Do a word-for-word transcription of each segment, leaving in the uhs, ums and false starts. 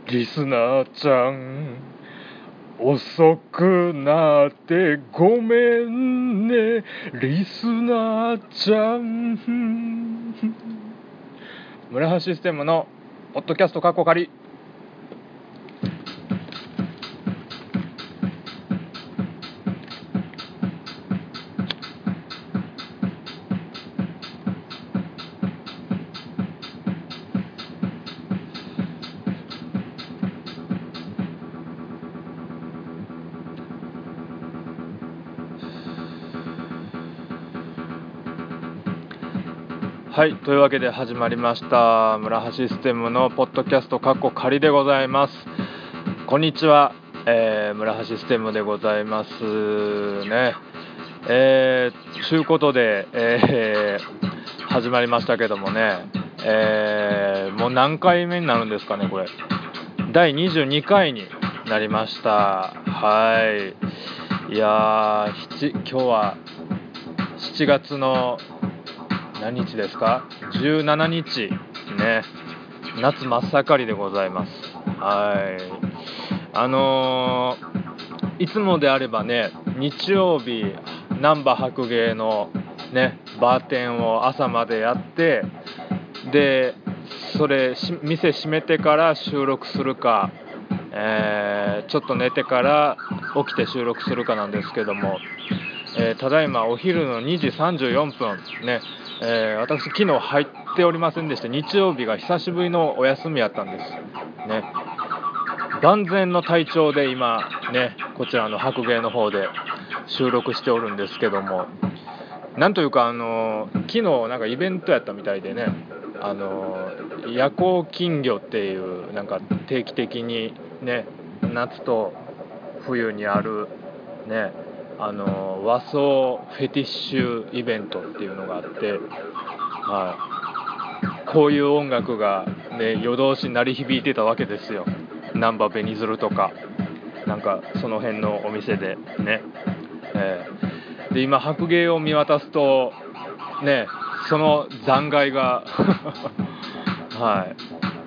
リスナーちゃん、遅くなってごめんね、リスナーちゃん。村橋システムのポッドキャストカッコ仮。はい、というわけで始まりました村橋システムのポッドキャストカッコ仮でございます。こんにちは、えー、村橋システムでございますね。えー、ということで、えー、始まりましたけどもね、えー、もう何回目になるんですかね、これだいにじゅうにかいになりました。はい、いやー、今日はしちがつの何日ですか、じゅうしちにちね、夏真っ盛りでございます。はい、あのー、いつもであればね、日曜日難波白芸のねバーテンを朝までやって、でそれ店閉めてから収録するか、えー、ちょっと寝てから起きて収録するかなんですけども、えー、ただいまお昼のにじさんじゅうよんぷんね、えー、私昨日入っておりませんでして、日曜日が久しぶりのお休みやったんですね。万全の体調で今ね、こちらの白芸の方で収録しておるんですけども、なんというかあのー、昨日なんかイベントやったみたいでね、あのー、夜行金魚っていうなんか定期的にね、夏と冬にあるね、あの和装フェティッシュイベントっていうのがあって、はい、こういう音楽が、ね、夜通し鳴り響いてたわけですよ。ナンバベニズルとかなんかその辺のお店でね、えー、で今白芸を見渡すとね、その残骸がはい、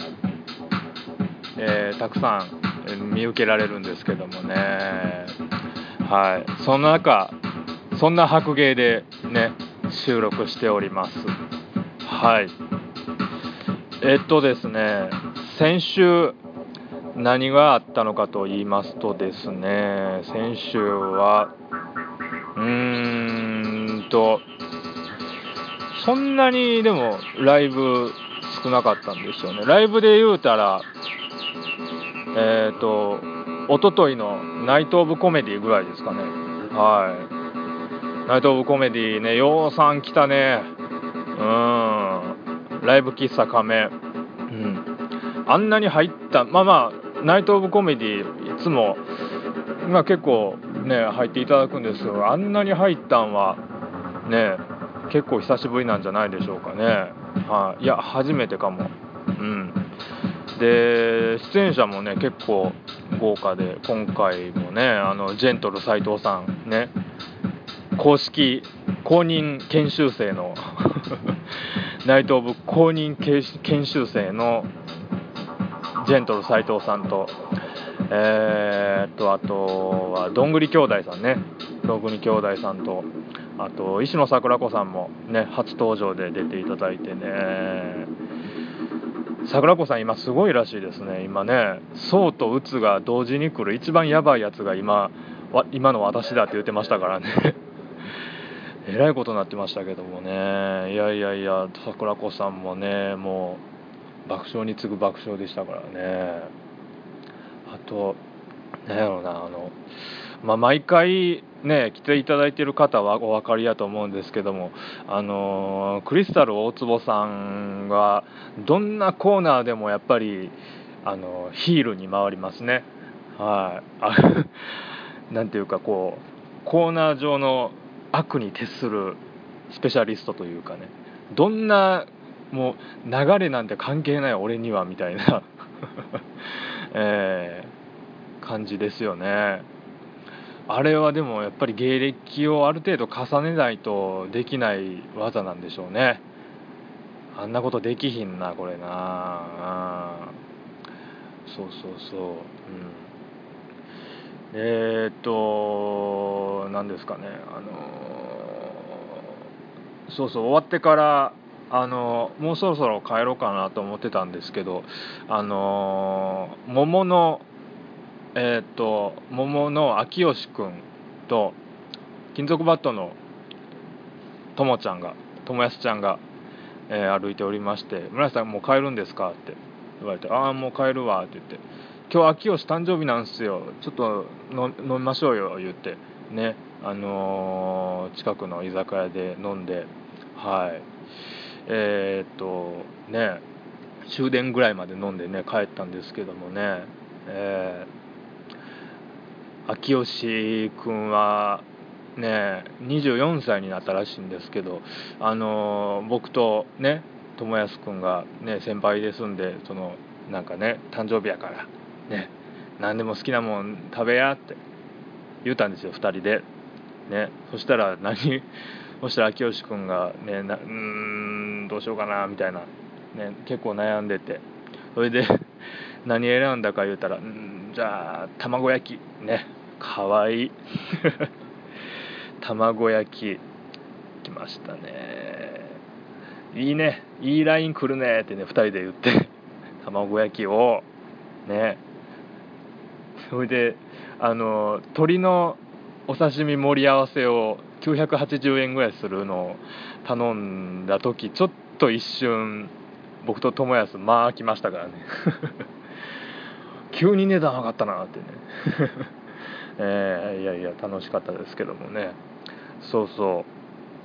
えー、たくさん見受けられるんですけどもね、はい、その中そんな白芸でね収録しております。はい、えっとですね、先週何があったのかと言いますとですね、先週はうーんとそんなにでもライブ少なかったんですよね。ライブで言うたらえっと一昨日のナイトオブコメディぐらいですかね。はい、ナイトオブコメディね、ようさん来たね。うん、ライブ喫茶亀、うん、あんなに入った、まあまあナイトオブコメディいつも、まあ、結構ね入っていただくんですけど、あんなに入ったんはね結構久しぶりなんじゃないでしょうかね。はい、いや初めてかも。うん、で出演者もね結構豪華で、今回もねあのジェントル斉藤さんね、公式公認研修生のナイトオブ公認研修生のジェントル斉藤さんと、えー、っとあとはどんぐり兄弟さんね、どんぐり兄弟さんと、あと石野桜子さんもね初登場で出ていただいてね、桜子さん今すごいらしいですね。今ね、そうとうつが同時に来る一番やばいやつが今今の私だって言ってましたからねえらいことになってましたけどもね。いやいやいや、桜子さんもねもう爆笑に次ぐ爆笑でしたからね。あとなんやろうな、あのまあ、毎回ね来ていただいている方はお分かりやと思うんですけども、あのー、クリスタル大坪さんがどんなコーナーでもやっぱりあのヒールに回りますね。はい、なんていうかこうコーナー上の悪に徹するスペシャリストというかね、どんなもう流れなんて関係ない俺にはみたいな、えー、感じですよね。あれはでもやっぱり芸歴をある程度重ねないとできない技なんでしょうね。あんなことできひんなこれな。 そうそうそう、うん、えー、っと何ですかね、あのそうそう終わってからあのもうそろそろ帰ろうかなと思ってたんですけど、あの桃のえー、っと桃の秋吉くんと金属バットのともちゃんがともやすちゃんが、えー歩いておりまして、村瀬さんもう帰るんですかって言われて、ああもう帰るわって言って、今日秋吉誕生日なんですよ、ちょっとの飲みましょうよ言ってね、あのー近くの居酒屋で飲んで、はいえー、っとね終電ぐらいまで飲んでね帰ったんですけどもね、えー、秋吉くんはねにじゅうよんさいになったらしいんですけど、あのー僕とね友安くんがね先輩ですんで、そのなんかね誕生日やからね何でも好きなもん食べやって言ったんですよふたりでね。そしたら何そしたら秋吉くんがねなうーんどうしようかなみたいなね結構悩んでて、それで何選んだか言うたら、んじゃあ卵焼きね、かわいい卵焼き来ましたね。いいね、いいライン来るねってねふたりで言って卵焼きをね、それであの鶏のお刺身盛り合わせをきゅうひゃくはちじゅうえんぐらいするのを頼んだ時、ちょっと一瞬僕と友安まあ来ましたからね急に値段上がったなってねえー、いやいや楽しかったですけどもね。そうそう、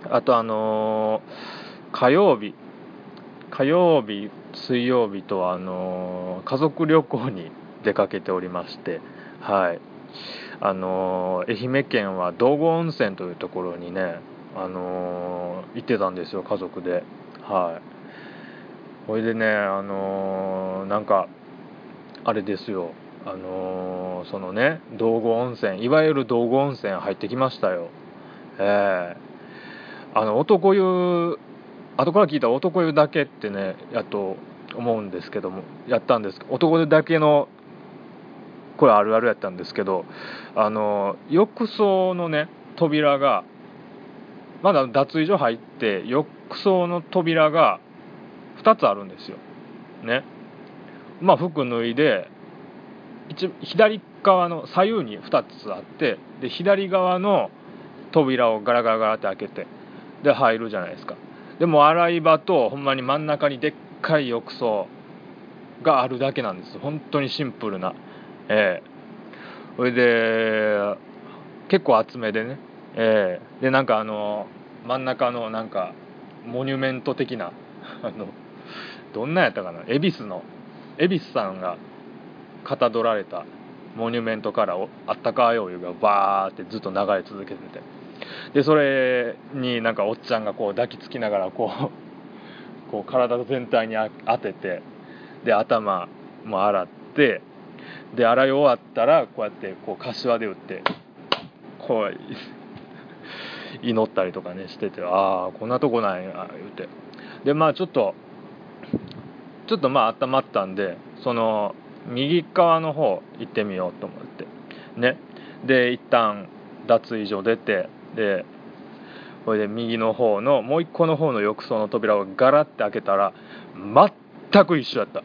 あとあのー、火曜日火曜日水曜日とあのー、家族旅行に出かけておりまして、はいあのー、愛媛県は道後温泉というところにね、あのー、行ってたんですよ家族で。はいそれでねあのー、なんかあれですよ、あのー、そのね道後温泉、いわゆる道後温泉入ってきましたよ。えー、あの男湯、後から聞いた男湯だけってねやっと思うんですけども、やったんです男湯だけのこれあるあるやったんですけど、あの浴槽のね扉がまだ脱衣所入って浴槽の扉がふたつあるんですよね。まあ服脱いで一左側の左右にふたつあって、で左側の扉をガラガラガラって開けてで入るじゃないですか。でも洗い場とほんまに真ん中にでっかい浴槽があるだけなんです。本当にシンプルな、えー、それで結構厚めでね、えー、でなんかあの真ん中のなんかモニュメント的なあのどんなやったかな、恵比寿の恵比寿さんがかたどられたモニュメントからあったかいお湯がバーってずっと流れ続けてて、でそれになんかおっちゃんがこう抱きつきながらこうこう体全体に当てて、で頭も洗って、で洗い終わったらこうやってこう柏で打ってこう祈ったりとかねしてて、ああこんなとこなんや言うて、でまあちょっとちょっとまあ温まったんで、その右側の方行ってみようと思ってね。で一旦脱衣所出て、でこれで右の方のもう一個の方の浴槽の扉をガラッて開けたら全く一緒だった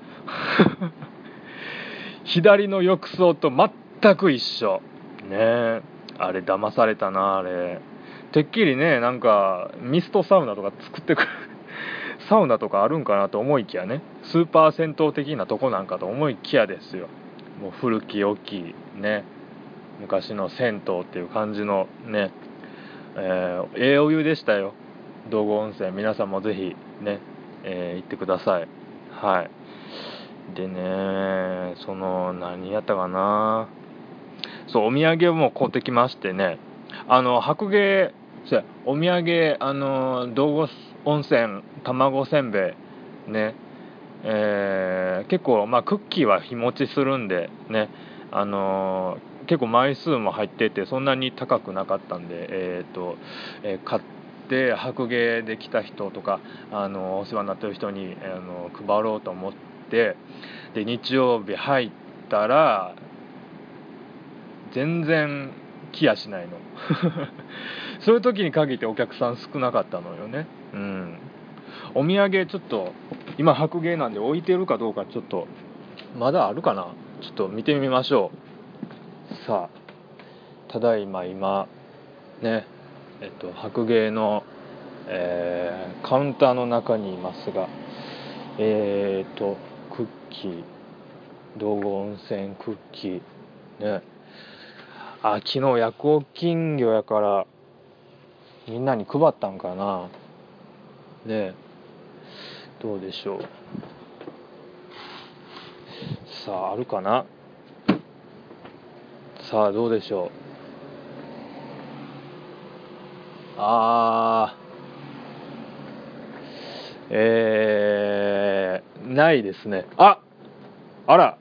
左の浴槽と全く一緒ね。あれ騙されたな。あれてっきりねなんかミストサウナとか作ってくるサウナとかあるんかなと思いきやね、スーパー銭湯的なとこなんかと思いきやですよ、もう古き良きね昔の銭湯っていう感じのね、えー、ええお湯でしたよ道後温泉。皆さんもぜひね、えー、行ってください。はいでね、その何やったかな、そうお土産も買ってきましてね、あの白芸お土産、あの道後温泉卵せんべいね、えー、結構まあクッキーは日持ちするんでね、あのー、結構枚数も入っててそんなに高くなかったんで、えーとえー、買って白芸で来た人とか、あのー、お世話になってる人に、あのー、配ろうと思って、で日曜日入ったら全然来やしないのそういう時に限ってお客さん少なかったのよね。うん。お土産ちょっと今白芸なんで置いてるかどうかちょっとまだあるかな、ちょっと見てみましょう。さあただいま今ねえっと白芸の、えーカウンターの中にいますが、えー、っとクッキー、道後温泉クッキーね。あ、昨日夜行金魚やからみんなに配ったんかなね。どうでしょう。さああるかな。さあどうでしょう。あーえー、ないですね。ああら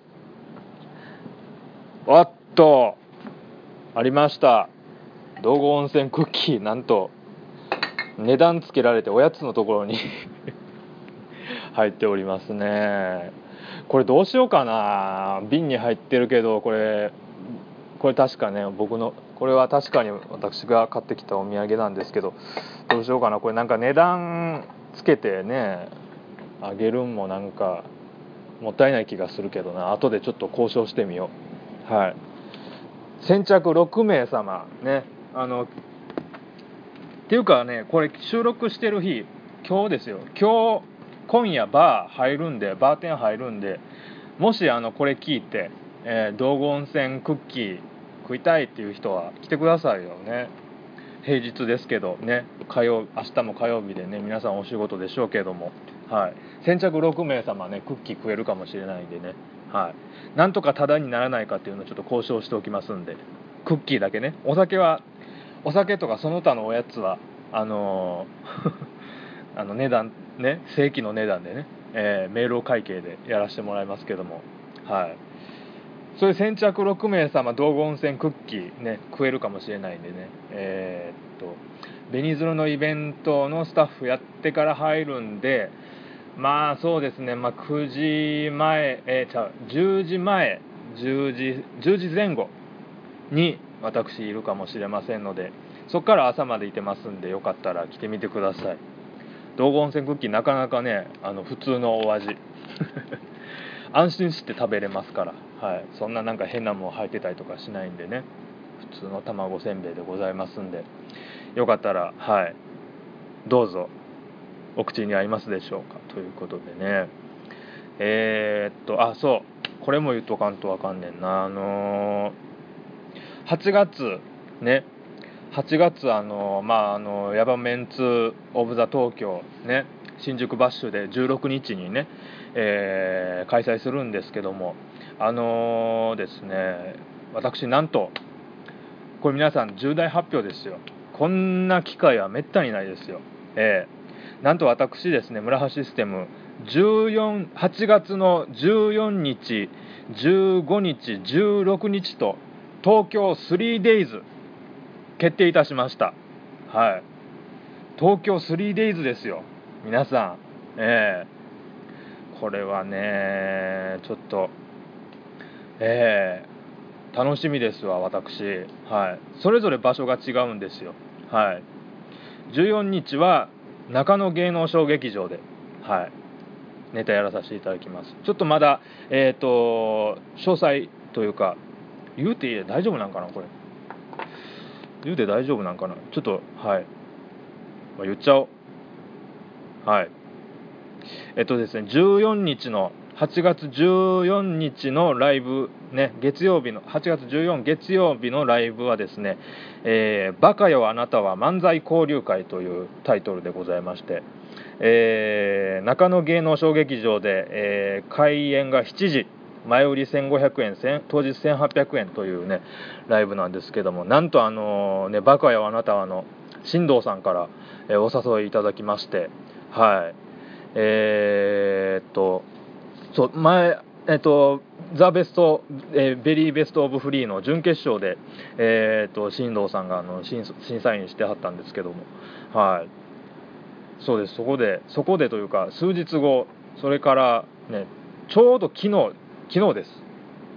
おっとありました。道後温泉クッキー、なんと値段つけられておやつのところに入っておりますね。これどうしようかな。瓶に入ってるけどこれこれ確かね僕のこれは確かに私が買ってきたお土産なんですけど、どうしようかな。これなんか値段つけてねあげるんもなんかもったいない気がするけどな。後でちょっと交渉してみよう。はい。先着ろくめい様ね。あのっていうかね、これ収録してる日今日ですよ。今日今夜バー入るんで、バーテン入るんで、もしあのこれ聞いて、えー、道後温泉クッキー食いたいっていう人は来てくださいよね。平日ですけどね、火曜明日も火曜日でね、皆さんお仕事でしょうけども、はい、先着ろくめい様ねクッキー食えるかもしれないんでね、はい、なんとかタダにならないかっていうのをちょっと交渉しておきますんで、クッキーだけね。お酒はお酒とかその他のおやつはあのーあの値段ね、正規の値段でね、えー、明朗会計でやらせてもらいますけども、はい、それ先着ろくめい様道後温泉クッキーね食えるかもしれないんでね、えー、っと紅鶴のイベントのスタッフやってから入るんで、まあそうですね、まあ、くじまえ、えー、ちゃうじゅうじまえじゅうじじゅうじぜん後に私いるかもしれませんので、そこから朝までいてますんで、よかったら来てみてください。道後温泉クッキーなかなかねあの普通のお味安心して食べれますから、はい、そんななんか変なもん入ってたりとかしないんでね、普通の卵せんべいでございますんで、よかったらはいどうぞお口に合いますでしょうかということでね。えー、っとあそうこれも言っとかんとあかんねんな。あのー、はちがつねはちがつあのまああのヤバメンツオブザ東京ね新宿バッシュでじゅうろくにちにね、えー、開催するんですけども、あのー、ですね私なんとこれ皆さん重大発表ですよ。こんな機会はめったにないですよ。えー、なんと私ですね村橋システムじゅうよん、はちがつのじゅうよっか、じゅうごにち、じゅうろくにちと東京 スリーデイズ決定いたしました。はい、東京 スリーデイズですよ皆さん。えー、これはねちょっとえー、楽しみですわ私。はい、それぞれ場所が違うんですよ。はい、じゅうよっかは中野芸能小劇場で、はい、ネタやらさせていただきます。ちょっとまだえっと詳細というか言うて大丈夫なんかなこれ言うて大丈夫なんかなちょっとはい、まあ、言っちゃおう。はいえっとですねじゅうよっかのはちがつじゅうよっかのライブね、月曜日のはちがつじゅうよっか月曜日のライブはですね、えー、バカよあなたは漫才交流会というタイトルでございまして、えー、中野芸能小劇場で、えー、開演がしちじ、前売りせんごひゃくえん、当日せんはっぴゃくえんというねライブなんですけども、なんとあのねバカよあなたはの新藤さんから、えー、お誘いいただきまして、はいえー、っとそう前えー、っとザ・ベスト、えー、ベリーベストオブフリーの準決勝で、えー、っと新藤さんがあの 審, 審査員してはったんですけども、はいそうです。そこでそこでというか数日後、それからねちょうど昨日昨日です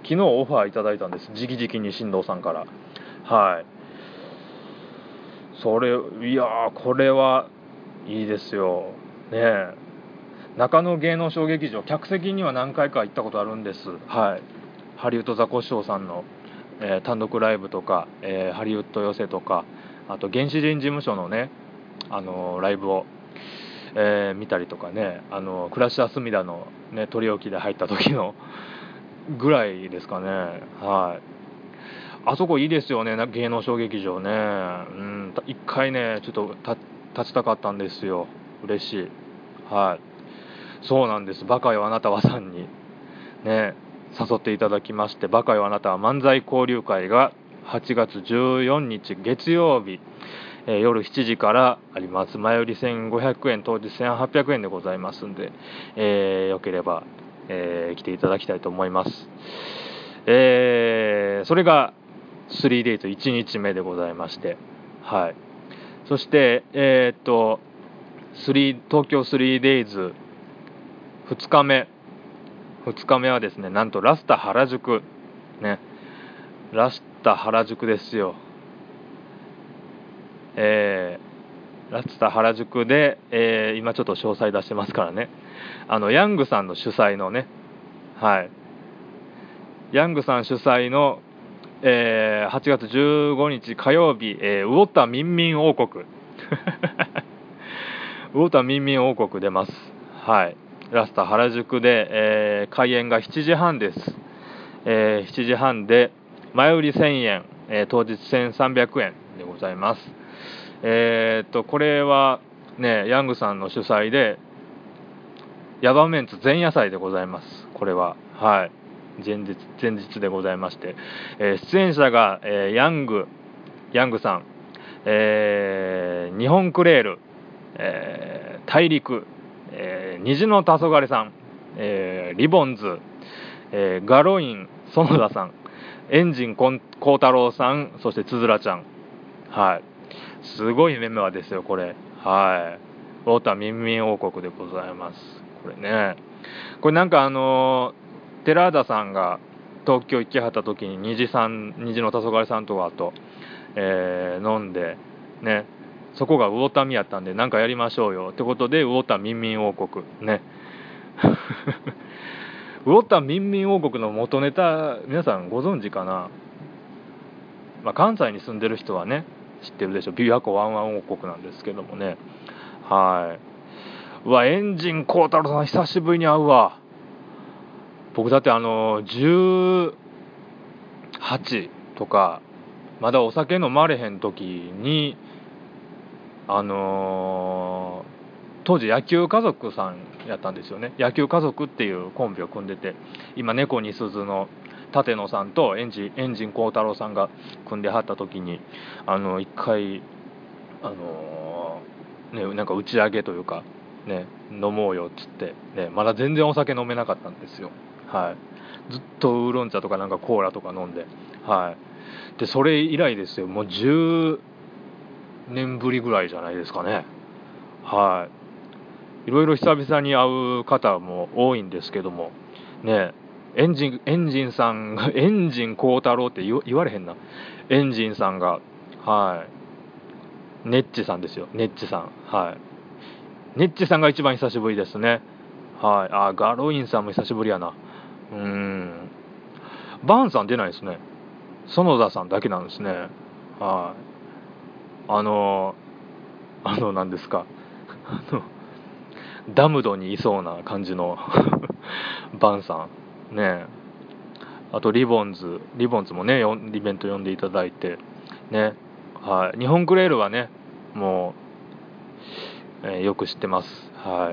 昨日オファーいただいたんです、直々に新藤さんから。はい、それいやーこれはいいですよね。中野芸能小劇場、客席には何回か行ったことあるんです。はい、ハリウッドザコシショウさんの、えー、単独ライブとか、えー、ハリウッド寄せとか、あと原始人事務所のね、あのー、ライブを、えー、見たりとかね、あのー、クラッシャースミダの、ね、取り置きで入った時のぐらいですかね。はい、あそこいいですよね、芸能小劇場ね。うん、一回ねちょっと立ちたかったんですよ。嬉しい。はい、そうなんです。バカよあなたはさんにね誘っていただきまして、バカよあなたは漫才交流会がはちがつじゅうよっか月曜日、えー、夜しちじからあります。前売りせんごひゃくえん、当日せんはっぴゃくえんでございますんで、えー、よければ、えー、来ていただきたいと思います。えー、それが スリーデイズいちにちめでございまして、はい、そしてえー、っと3東京 スリーデイズふつかめふつかめはですね、なんとラスタ原宿ね、ラスタ原宿ですよ。えー、ラスタ原宿で、えー、今ちょっと詳細出してますからね、あのヤングさんの主催のね、はい、ヤングさん主催の、えー、はちがつじゅうごにち火曜日、えー、ウォタミンミン王国ウォタミンミン王国出ます。はい、ラスタ原宿で、えー、開演がしちじはんです。えー、しちじはんで前売りせんえん、えー、当日せんさんびゃくえんでございます。えー、っとこれはねヤングさんの主催でヤバメンツ前夜祭でございます。これははい前日前日でございまして、えー、出演者が、えー、ヤングヤングさん、えー、日本クレール、えー、大陸、えー、虹の黄昏さん、えー、リボンズ、えー、ガロイン園田さん、エンジン幸太郎さん、そしてつづらちゃん。はい、すごいメンバーですよこれ。はい、ウォーターミンミン王国でございます。これね、これなんかあのー、寺田さんが東京行きはった時に虹さん虹の黄昏さんとかと、えー、飲んでね、そこがウォーターミやったんでなんかやりましょうよってことでウォーターミンミン王国ねウォーターミンミン王国の元ネタ皆さんご存知かな。まあ、関西に住んでる人はね知ってるでしょ。琵琶湖ワンワン王国なんですけどもね。はい、うわエンジン幸太郎さん久しぶりに会うわ。僕だってあのじゅうはちとかまだお酒飲まれへん時にあのー当時野球家族さんやったんですよね。野球家族っていうコンビを組んでて、今猫に鈴の舘野さんとエンジンエンジン幸太郎さんが組んではった時にあの一回あのー、ねなんか打ち上げというかね飲もうよっつってね、まだ全然お酒飲めなかったんですよ。はい、ずっとウーロン茶とかなんかコーラとか飲んで、はい、でそれ以来ですよ。もうじゅうねんぶりぐらいじゃないですかね。はい、いろいろ久々に会う方も多いんですけどもね、エンジンエンジンさんがエンジン幸太郎って言われへんな。エンジンさんがはいネッチさんですよ。ネッチさん、はいネッチさんが一番久しぶりですね。はい、あガロインさんも久しぶりやな。うーんバーンさん出ないですね。園田さんだけなんですね。はい、あのあの何ですかあのダムドにいそうな感じのバンさんね。あとリボンズリボンズもねイベント呼んでいただいてね、はい、日本クレールはねもう、えー、よく知ってます。はい、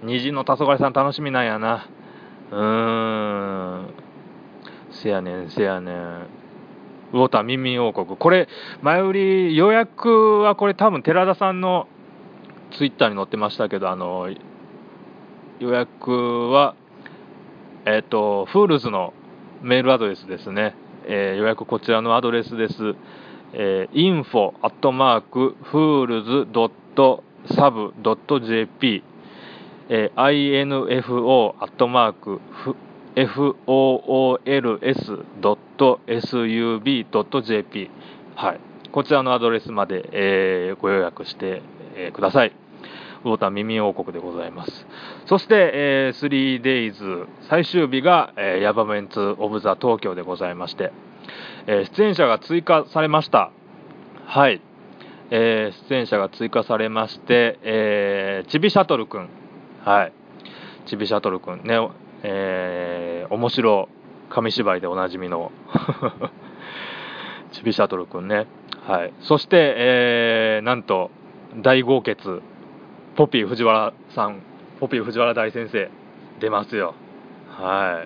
虹の黄昏さん楽しみなんやな。うーんせやねんせやねんウォーターミンミン王国、これ前売り予約はこれ多分寺田さんのツイッターに載ってましたけど、あの予約はえっとフールズのメールアドレスですね。えー、予約こちらのアドレスです。えー、インフォ アットマークフールズドットサブドットジェーピー、えー、インフォ アットマークフ オー オー エル エス ドット エス ユー ビー ドット ジェーピー、はい、こちらのアドレスまで、えー、ご予約して、えー、ください。ウォーター耳王国でございます。そして、えー、スリーデイズ 最終日が、えー、ヤバメンツオブザ東京でございまして、えー、出演者が追加されました。はい、えー、出演者が追加されまして、えー、ちびシャトルくん、はい、ちびシャトルくんね、えー、面白紙芝居でおなじみのちびシャトルくんね、はい、そして、えー、なんと大豪傑ポピー藤原さん、ポピー藤原大先生出ますよ。はい。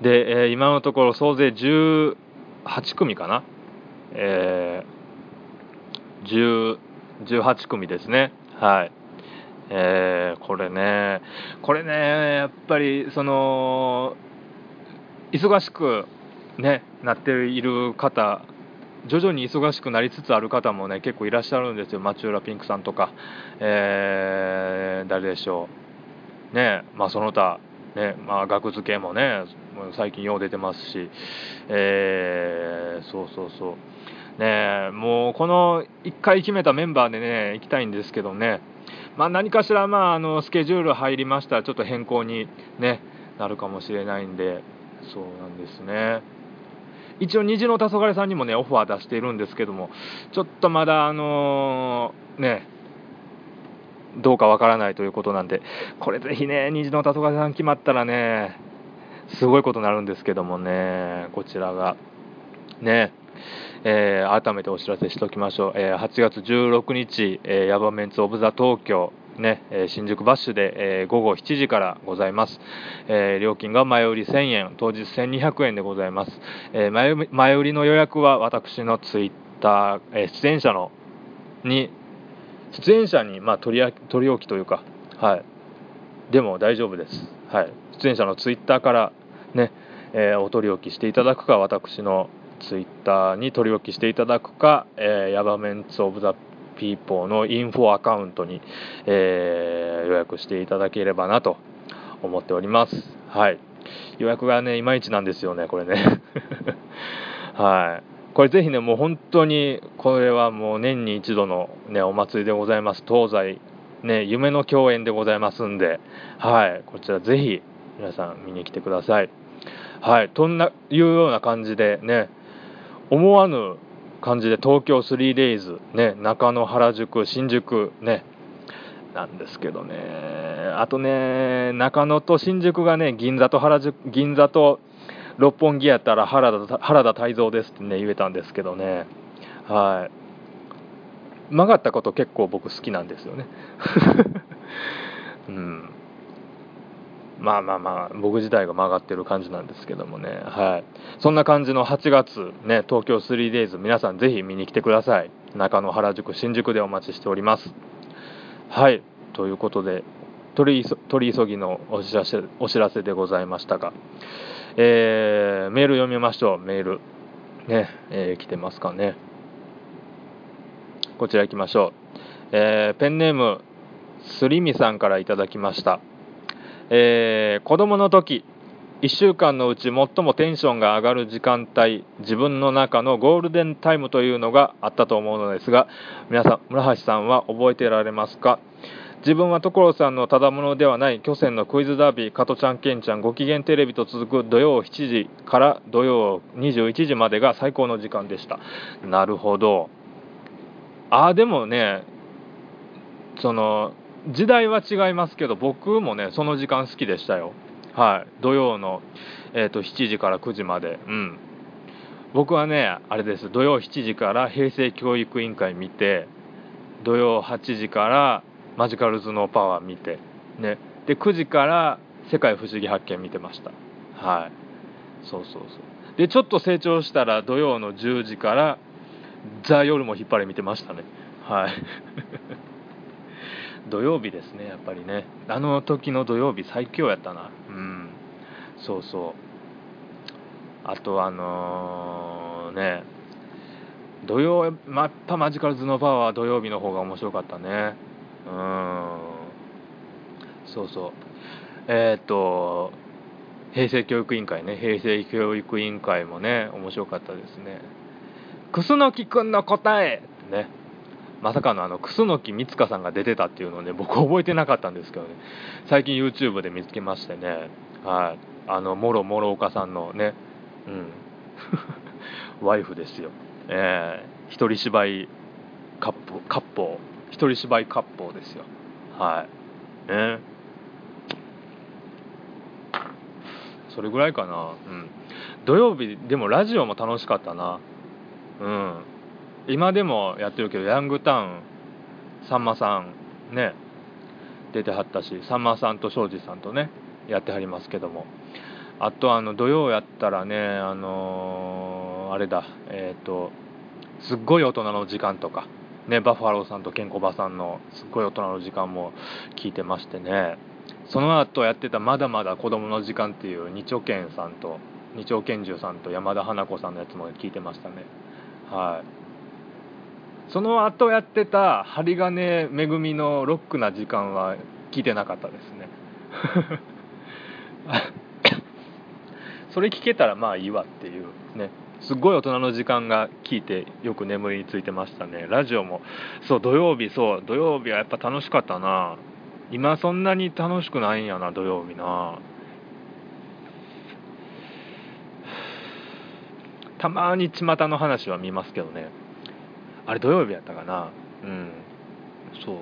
で、えー、今のところ総勢じゅうはちくみかな、えー、じゅう、じゅうはちくみですね。はい。えー、これね、これね、やっぱりその忙しくねなっている方、徐々に忙しくなりつつある方もね結構いらっしゃるんですよ。町浦ピンクさんとか、えー、誰でしょうね、まあその他ね、まあ学付けもね最近よう出てますし、えー、そうそうそうね、もうこのいっかい決めたメンバーでね行きたいんですけどね、まあ何かしらまああのスケジュール入りましたらちょっと変更にねなるかもしれないんで、そうなんですね。一応虹の黄昏さんにもねオファー出しているんですけども、ちょっとまだあのー、ねどうかわからないということなんで、これぜひね虹の黄昏さん決まったらねすごいことになるんですけどもね、こちらがね、えー、改めてお知らせしておきましょう。えー、はちがつじゅうろくにち、えー、ヤバメンツオブザ東京ね、えー、新宿バッシュで、えー、ごごしちじからございます。えー、料金が前売りせんえん、当日せんにひゃくえんでございます。えー、前, 前売りの予約は私のツイッター、えー、出演者のに出演者に、まあ、取り取り置きというか、はい、でも大丈夫です。はい、出演者のツイッターからね、えー、お取り置きしていただくか、私のツイッターに取り置きしていただくか、えー、ヤバメンツオブザピーポーのインフォアカウントに、えー、予約していただければなと思っております。はい、予約がねいまいちなんですよねこれねはい、これぜひねもう本当にこれはもう年に一度のねお祭りでございます。東西ね夢の共演でございますんで、はい、こちらぜひ皆さん見に来てください。はい、とんないうような感じでね、思わぬ感じで東京 スリーデイズ ね、中野、原宿、新宿ねなんですけどね、あとね中野と新宿がね銀座と原宿銀座と六本木やったら原田原田泰造ですってね言えたんですけどね、はい、曲がったこと結構僕好きなんですよねうん、まあまあまあ僕自体が曲がってる感じなんですけどもね、はい、そんな感じのはちがつね東京 スリーデイズ 皆さんぜひ見に来てください。中野、原宿、新宿でお待ちしております。はい、ということで取り取り急ぎのお知らせお知らせでございましたが、えー、メール読みましょう。メールね、えー、来てますかね。こちら行きましょう。えー、ペンネームすりみさんからいただきました。えー、子供の時いっしゅうかんのうち最もテンションが上がる時間帯、自分の中のゴールデンタイムというのがあったと思うのですが、皆さん、村橋さんは覚えてられますか？自分は所さんのただものではない巨泉のクイズダービー、加トちゃんケンちゃんご機嫌テレビと続く土曜しちじから土曜にじゅういちじまでが最高の時間でした。なるほど。ああ、でもね、その時代は違いますけど僕もねその時間好きでしたよ。はい、土曜の、えー、としちじからくじまで、うん、僕はねあれです、土曜しちじから平成教育委員会見て、土曜はちじからマジカル頭脳パワー見て、ね、でくじから世界不思議発見見てました。はい、そうそうそう。でちょっと成長したら土曜のじゅうじからザ・夜も引っ張れ見てましたね。はい土曜日ですね、やっぱりね、あの時の土曜日最強やったな。うん、そうそう。あとあのー、ね土曜、またマジカル頭脳パワーは土曜日の方が面白かったね。うん、そうそう。えー、っと平成教育委員会ね、平成教育委員会もね面白かったですね。楠木くんの答えってね、まさかのあの楠木光香さんが出てたっていうのをね僕覚えてなかったんですけどね、最近 YouTube で見つけましてね、はい、あのもろもろ岡さんのね、うんワイフですよ、えー、一人芝居割烹割烹一人芝居割烹ですよ、はいね、それぐらいかな。うん、土曜日でもラジオも楽しかったな。うん、今でもやってるけどヤングタウンさんまさんね出てはったし、さんまさんと庄司さんとねやってはりますけども、あとあの土曜やったらね、あのー、あれだえっ、ー、とすっごい大人の時間とかね、バファローさんとケンコバさんのすっごい大人の時間も聞いてましてね、その後やってたまだまだ子供の時間っていう二丁拳さんと二丁拳銃さんと山田花子さんのやつも聞いてましたね。はい。その後やってた針金めぐみのロックな時間は聞いてなかったですねそれ聞けたらまあいいわっていうね、すっごい大人の時間が聞いてよく眠りについてましたね。ラジオもそう土曜日そう土曜日はやっぱ楽しかったな。今そんなに楽しくないんやな土曜日な。たまに巷の話は見ますけどね。あれ土曜日やったかな。うんそう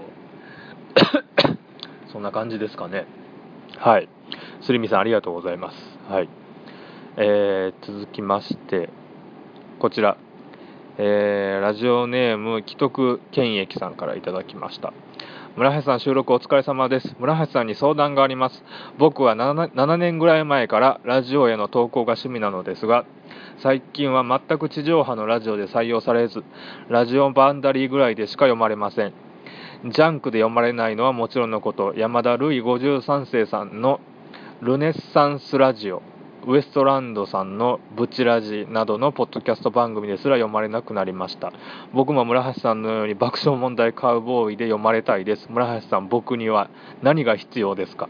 そんな感じですかね。はい、すりみさんありがとうございます。はい、えー、続きましてこちら、えー、ラジオネーム既得権益さんからいただきました。村橋さん収録お疲れ様です。村橋さんに相談があります。僕は 7, 7年ぐらい前からラジオへの投稿が趣味なのですが、最近は全く地上波のラジオで採用されず、ラジオバンダリーぐらいでしか読まれません。ジャンクで読まれないのはもちろんのこと、山田るいごじゅうさん世さんのルネッサンスラジオ、ウエストランドさんのブチラジなどのポッドキャスト番組ですら読まれなくなりました。僕も村橋さんのように爆笑問題カウボーイで読まれたいです。村橋さん、僕には何が必要ですか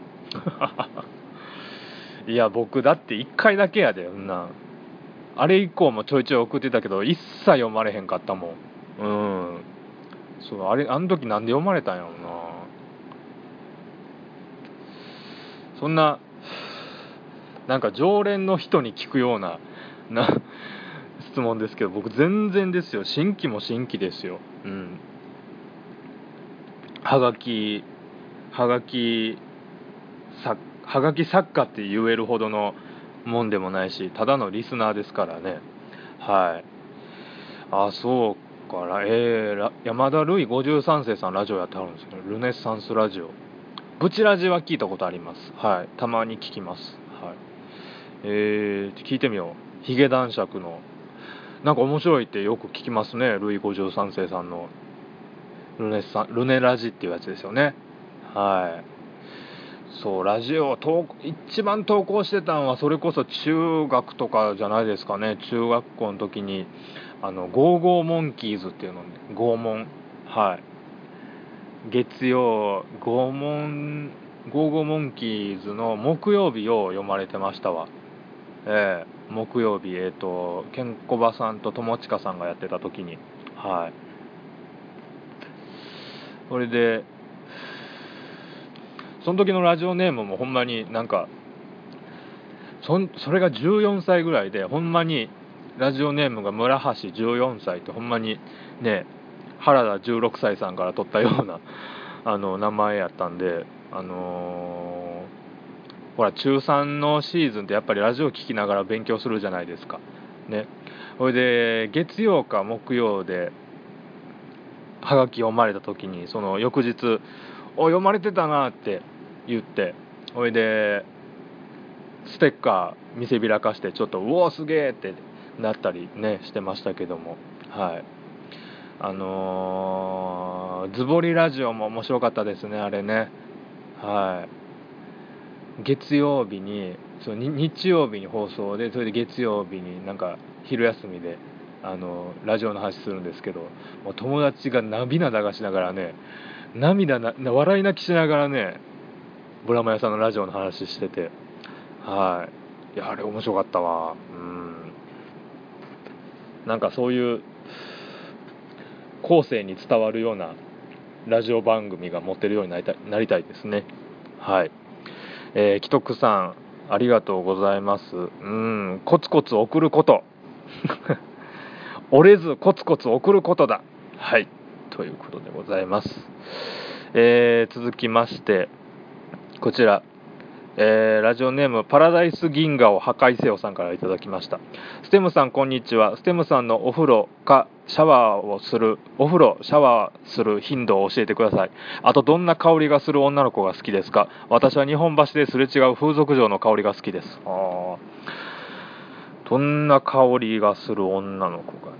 いや僕だっていっかいだけやで、うんなあれ以降もちょいちょい送ってたけど一切読まれへんかったもん。うんそうあれあの時なんで読まれたんやろうな。そんななんか常連の人に聞くようなな質問ですけど、僕全然ですよ。新規も新規ですよ。うんはがきはがきさはがき作家って言えるほどのもんでもないし、ただのリスナーですからね。はい。あそうかな。えー、山田るいごじゅうさん世さんラジオやってはるんですけど、ルネッサンスラジオブチラジは聞いたことあります。はい、たまに聞きます。はい、えー、聞いてみよう。ヒゲ男爵のなんか面白いってよく聞きますね。ルイごじゅうさん世さんのルネサンルネラジっていうやつですよね。はい。そうラジオ投一番投稿してたのはそれこそ中学とかじゃないですかね。中学校の時にあのゴーゴーモンキーズっていうの拷問、はい月曜拷問ゴーゴーモンキーズの木曜日を読まれてましたわ。えー、木曜日えっ、ー、とケンコバさんと友近さんがやってた時に、はいそれでその時のラジオネームもほんまになんか そ, それがじゅうよんさいぐらいで、ほんまにラジオネームが村橋じゅうよんさいってほんまにね原田じゅうろくさいさんから取ったようなあの名前やったんで、あのー、ほら中さんのシーズンってやっぱりラジオ聞きながら勉強するじゃないですかね。それで月曜か木曜でハガキ読まれた時にその翌日お読まれてたなって言って、それでステッカー見せびらかしてちょっとうおーすげーってなったりねしてましたけども、はいあのー、ズボリラジオも面白かったですねあれね。はい月曜日にそうに日曜日に放送で、それで月曜日になんか昼休みであのラジオの話するんですけど、もう友達が涙流しながらね涙な笑い泣きしながらねブラマヨさんのラジオの話してて、はいいやあれ面白かったわ。うん、なんかそういう後世に伝わるようなラジオ番組が持てるようになりたい、なりたいですね。はい、えー、既得さんありがとうございます。うん、コツコツ送ること折れずコツコツ送ることだ。はい、ということでございます。えー、続きましてこちら、えー、ラジオネームパラダイス銀河を破壊せよさんからいただきました。ステムさんこんにちは。ステムさんのお風呂かシャワーをするお風呂シャワーする頻度を教えてください。あとどんな香りがする女の子が好きですか？私は日本橋ですれ違う風俗嬢の香りが好きです。あどんな香りがする女の子がね、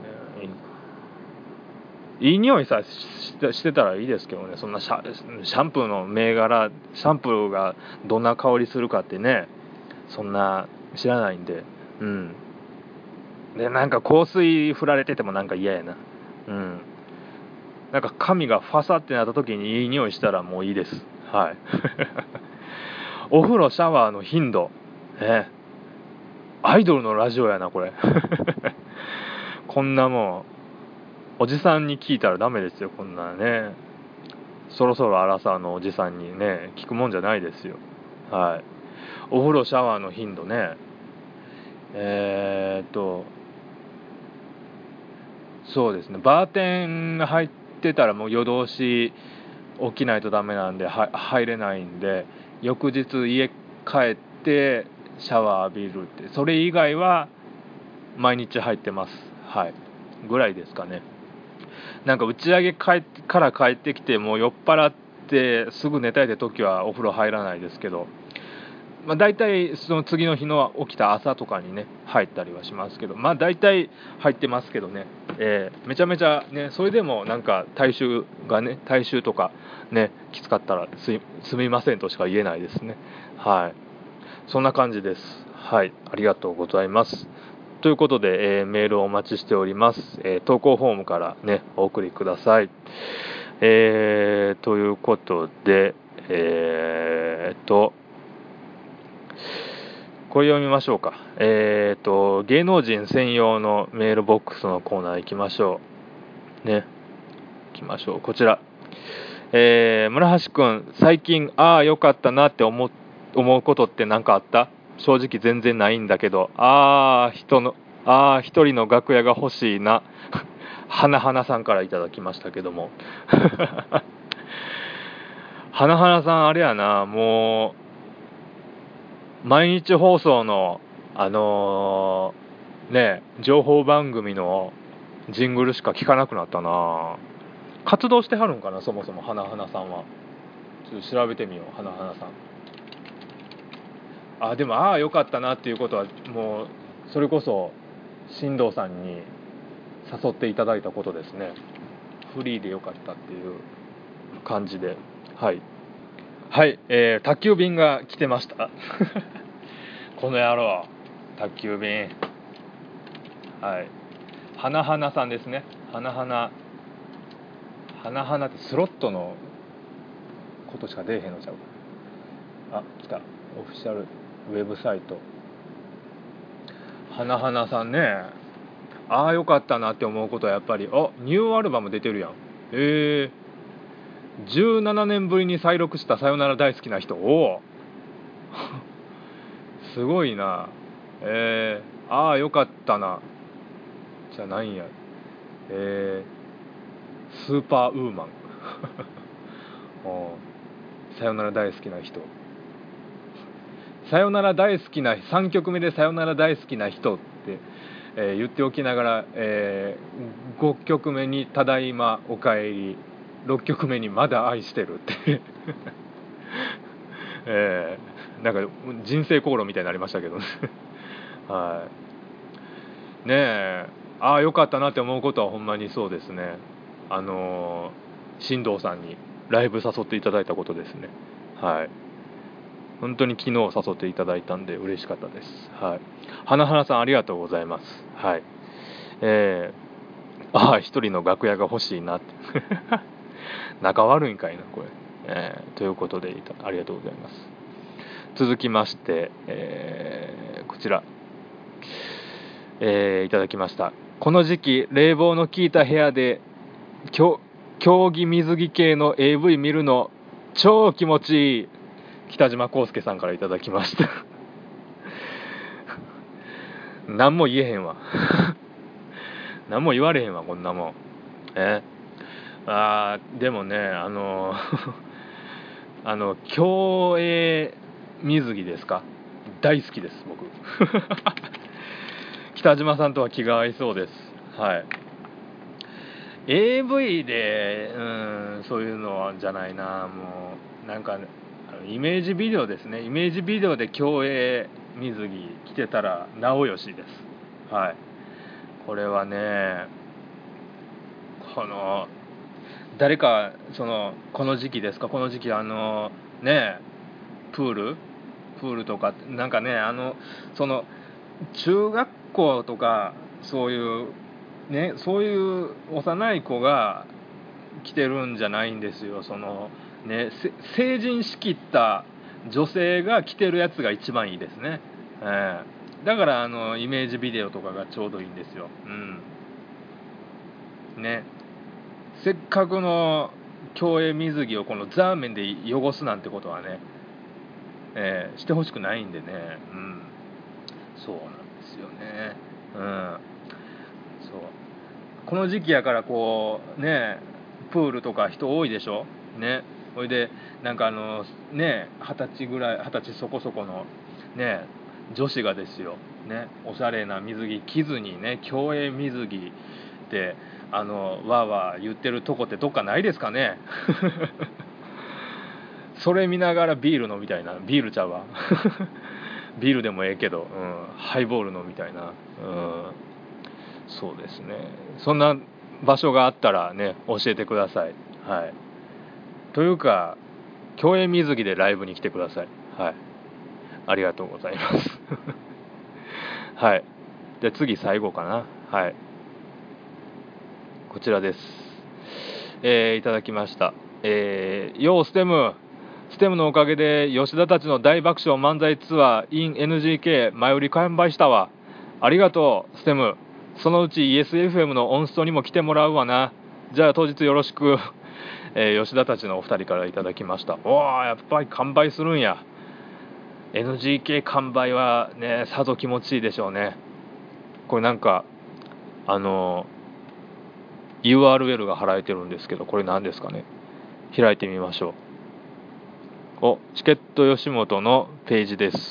いい匂いさえしてたらいいですけどね。そんなシャ、シャンプーの銘柄シャンプーがどんな香りするかってね、そんな知らないんで。うんでなんか香水振られててもなんか嫌やな。うんなんか髪がファサってなった時にいい匂いしたらもういいです。はいお風呂シャワーの頻度ね、アイドルのラジオやなこれこんなもんおじさんに聞いたらダメですよ。こんなねそろそろアラサーのおじさんにね聞くもんじゃないですよ。はいお風呂シャワーの頻度ね、えーっとそうですねバーテンが入ってたらもう夜通し起きないとダメなんでは入れないんで、翌日家帰ってシャワー浴びるって、それ以外は毎日入ってます。はいぐらいですかね。なんか打ち上げ帰ってから帰ってきてもう酔っ払ってすぐ寝たいって時はお風呂入らないですけど、まあ、大体その次の日の起きた朝とかにね入ったりはしますけど、まあ大体入ってますけどね、えー、めちゃめちゃねそれでもなんか体臭がね体臭とかねきつかったらすいすみませんとしか言えないですね。はいそんな感じです。はいありがとうございます。ということで、えー、メールをお待ちしております。えー、投稿フォームからねお送りください。えー、ということでえー、とこれ読みましょうか。えーと芸能人専用のメールボックスのコーナー行きましょうね。行きましょう。こちら、えー、村橋くん最近ああよかったなって思う思うことって何かあった？正直全然ないんだけど、ああ人のああ一人の楽屋が欲しいな花花さんからいただきましたけども花花さんあれやな、もう毎日放送のあのー、ね情報番組のジングルしか聞かなくなったな。活動してはるんかなそもそも花花さんは。ちょっと調べてみよう花花さん。あでもああよかったなっていうことはもうそれこそ進藤さんに誘っていただいたことですね。フリーでよかったっていう感じで、はいはい、えー、宅急便が来てましたこの野郎宅急便。はい花花さんですね。花花花花ってスロットのことしか出えへんのちゃうか。あ来たオフィシャルウェブサイト花花さんね。ああよかったなって思うことはやっぱりあニューアルバム出てるやん。えー、じゅうななねんぶりに再録したさよなら大好きな人。おおすごいな。えー、ああよかったなじゃないんや。えー、スーパーウーマンおさよなら大好きな人。さよなら大好きなさんきょくめでさよなら大好きな人って、えー、言っておきながら、えー、ごきょくめにただいまおかえり、ろっきょくめにまだ愛してるってえー、なんか人生航路みたいになりましたけどねはいねえああよかったなって思うことはほんまにそうですね。あのー、進藤さんにライブ誘っていただいたことですね。はい本当に昨日誘っていただいたんで嬉しかったです。はい。花花さんありがとうございます。はい。えー、ああ一人の楽屋が欲しいなって仲悪いんかいなこれ。えー、ということでありがとうございます。 続きまして、えー、こちら、えー、いただきました。この時期冷房の効いた部屋で競技水着系の エーブイ 見るの超気持ちいい。北島康介さんからいただきました何も言えへんわ何も言われへんわこんなもん。えあーでもね、あのあの競泳水着ですか、大好きです僕北島さんとは気が合いそうです。はい。 エーブイ でうんそういうのじゃないな、もうなんかイメージビデオですね。イメージビデオで競泳水着着てたらなおよしです。はい。これはね、この誰かそのこの時期ですか、この時期あのねプールプールとかなんかね、あのその中学校とかそういうね、そういう幼い子が来てるんじゃないんですよ。そのね、成人しきった女性が着てるやつが一番いいですね。えー、だからあのイメージビデオとかがちょうどいいんですよ。うん。ね。せっかくの競泳水着をこのザーメンで汚すなんてことはね、えー、してほしくないんでね。うん。そうなんですよね。うん。そう。この時期やからこうね、プールとか人多いでしょね。ほいでなんかあのね、二十歳ぐらい二十歳そこそこのね女子がですよね、おしゃれな水着着ずにね、競泳水着であのわーわー言ってるとこってどっかないですかねそれ見ながらビール飲みたいな、ビールちゃうわビールでもええけど、うん、ハイボール飲みたいな、うん、そうですね。そんな場所があったらね教えてください。はい。というか競泳水着でライブに来てください。はい。ありがとうございますはい。じゃあ次最後かな。はい。こちらです。えー、いただきました。えー、ようステムステムのおかげで吉田たちの大爆笑漫才ツアー in エヌジーケー 前売り完売したわ。ありがとうステム。そのうち イーエスエフエム のオンストにも来てもらうわな。じゃあ当日よろしく、えー、吉田たちのお二人からいただきました。おー、やっぱり完売するんや。 エヌジーケー 完売はねさぞ気持ちいいでしょうね。これなんかあの ユーアールエル が貼られてるんですけど、これ何ですかね。開いてみましょう。お、チケット吉本のページです。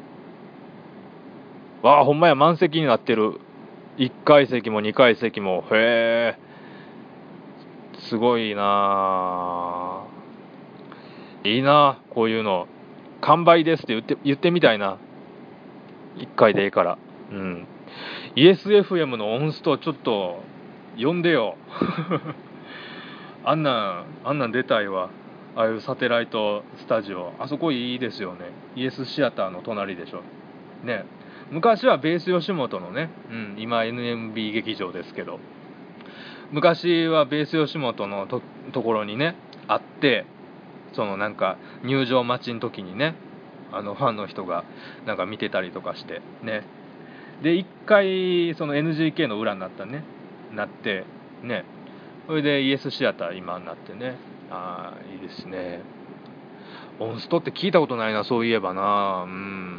わあ、ほんまや、満席になってる。いっかい席もにかい席も。へえ、すごいな。いいな、こういうの。完売ですって言って言ってみたいな。いっかいでいいから。うん。イーエスエフエム のオンストちょっと呼んでよあんなんあんなん出たいわ。ああいうサテライトスタジオ、あそこいいですよね。イエスシアターの隣でしょね。昔はベース吉本のね、うん、今 エヌエムビー 劇場ですけど、昔はベース吉本の と, ところにねあって、そのなんか入場待ちの時にね、あのファンの人がなんか見てたりとかしてね。で一回その エヌジーケー の裏になったねなってね、それでイエスシアター今になってね。ああいいですね。オンストって聞いたことないな、そういえばな。うん。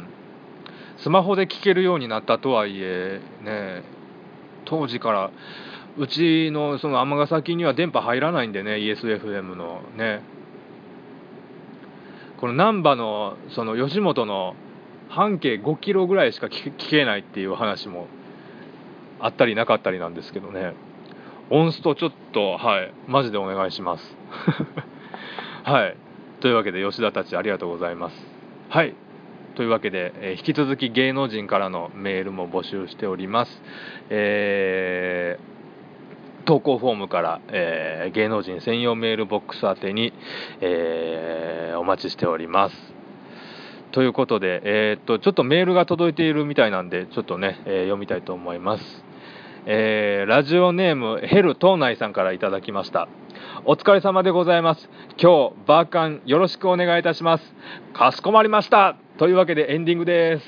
スマホで聞けるようになったとはいえね、当時からうちのその尼崎には電波入らないんでね、 イーエスエフエム のね、この難波のその吉本の半径ごキロぐらいしか聞けないっていう話もあったりなかったりなんですけどね。オンストちょっと、はい、マジでお願いしますはい。というわけで吉田たちありがとうございます。はい。というわけで、えー、引き続き芸能人からのメールも募集しております。えー、投稿フォームから、えー、芸能人専用メールボックス宛てに、えー、お待ちしております。ということで、えー、っとちょっとメールが届いているみたいなんで、ちょっとね、えー、読みたいと思います。えー、ラジオネームヘル東内さんからいただきました。 お疲れ様でございます。今日バーカンよろしくお願いいたします。かしこまりました。というわけでエンディングです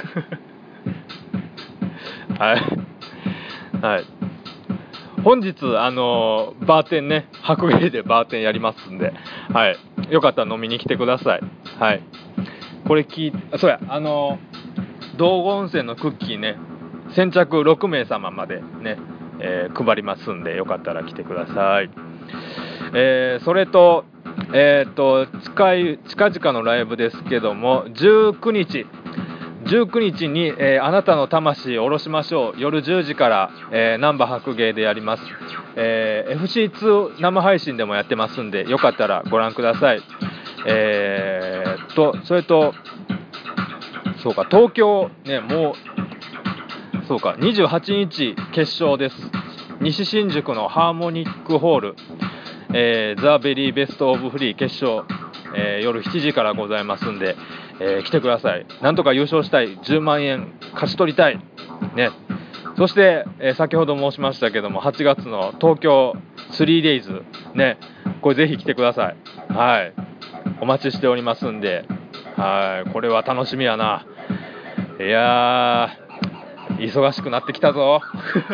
はいはい本日あのー、バーテンね、白芸でバーテンやりますんで、はい、よかったら飲みに来てください。はい、これ聞いて、そうや、あのー、道後温泉のクッキーね、先着ろくめい様までね、えー、配りますんで、よかったら来てください。えー、それと、えーと、近い近々のライブですけども、じゅうくにちじゅうくにちに、えー、あなたの魂を下ろしましょう。夜じゅうじから、えー、ナンバ白芸でやります。えー、エフシーツー 生配信でもやってますんで、よかったらご覧ください。えー、とそれとそうか、東京ね、もうそうかにじゅうはちにち決勝です。西新宿のハーモニックホール、えー、ザ・ベリーベストオブフリー決勝、えー、夜しちじからございますんで、えー、来てください。なんとか優勝したい、じゅうまんえん勝ち取りたいね。そして、えー、先ほど申しましたけども、はちがつの東京 スリーデイズ ね、これぜひ来てください。はい、お待ちしておりますんで、はい、これは楽しみやな。いやー、忙しくなってきたぞ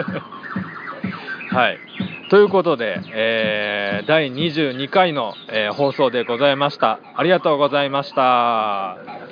はい、ということで、えー、だいにじゅうにかいの、えー、放送でございました。ありがとうございました。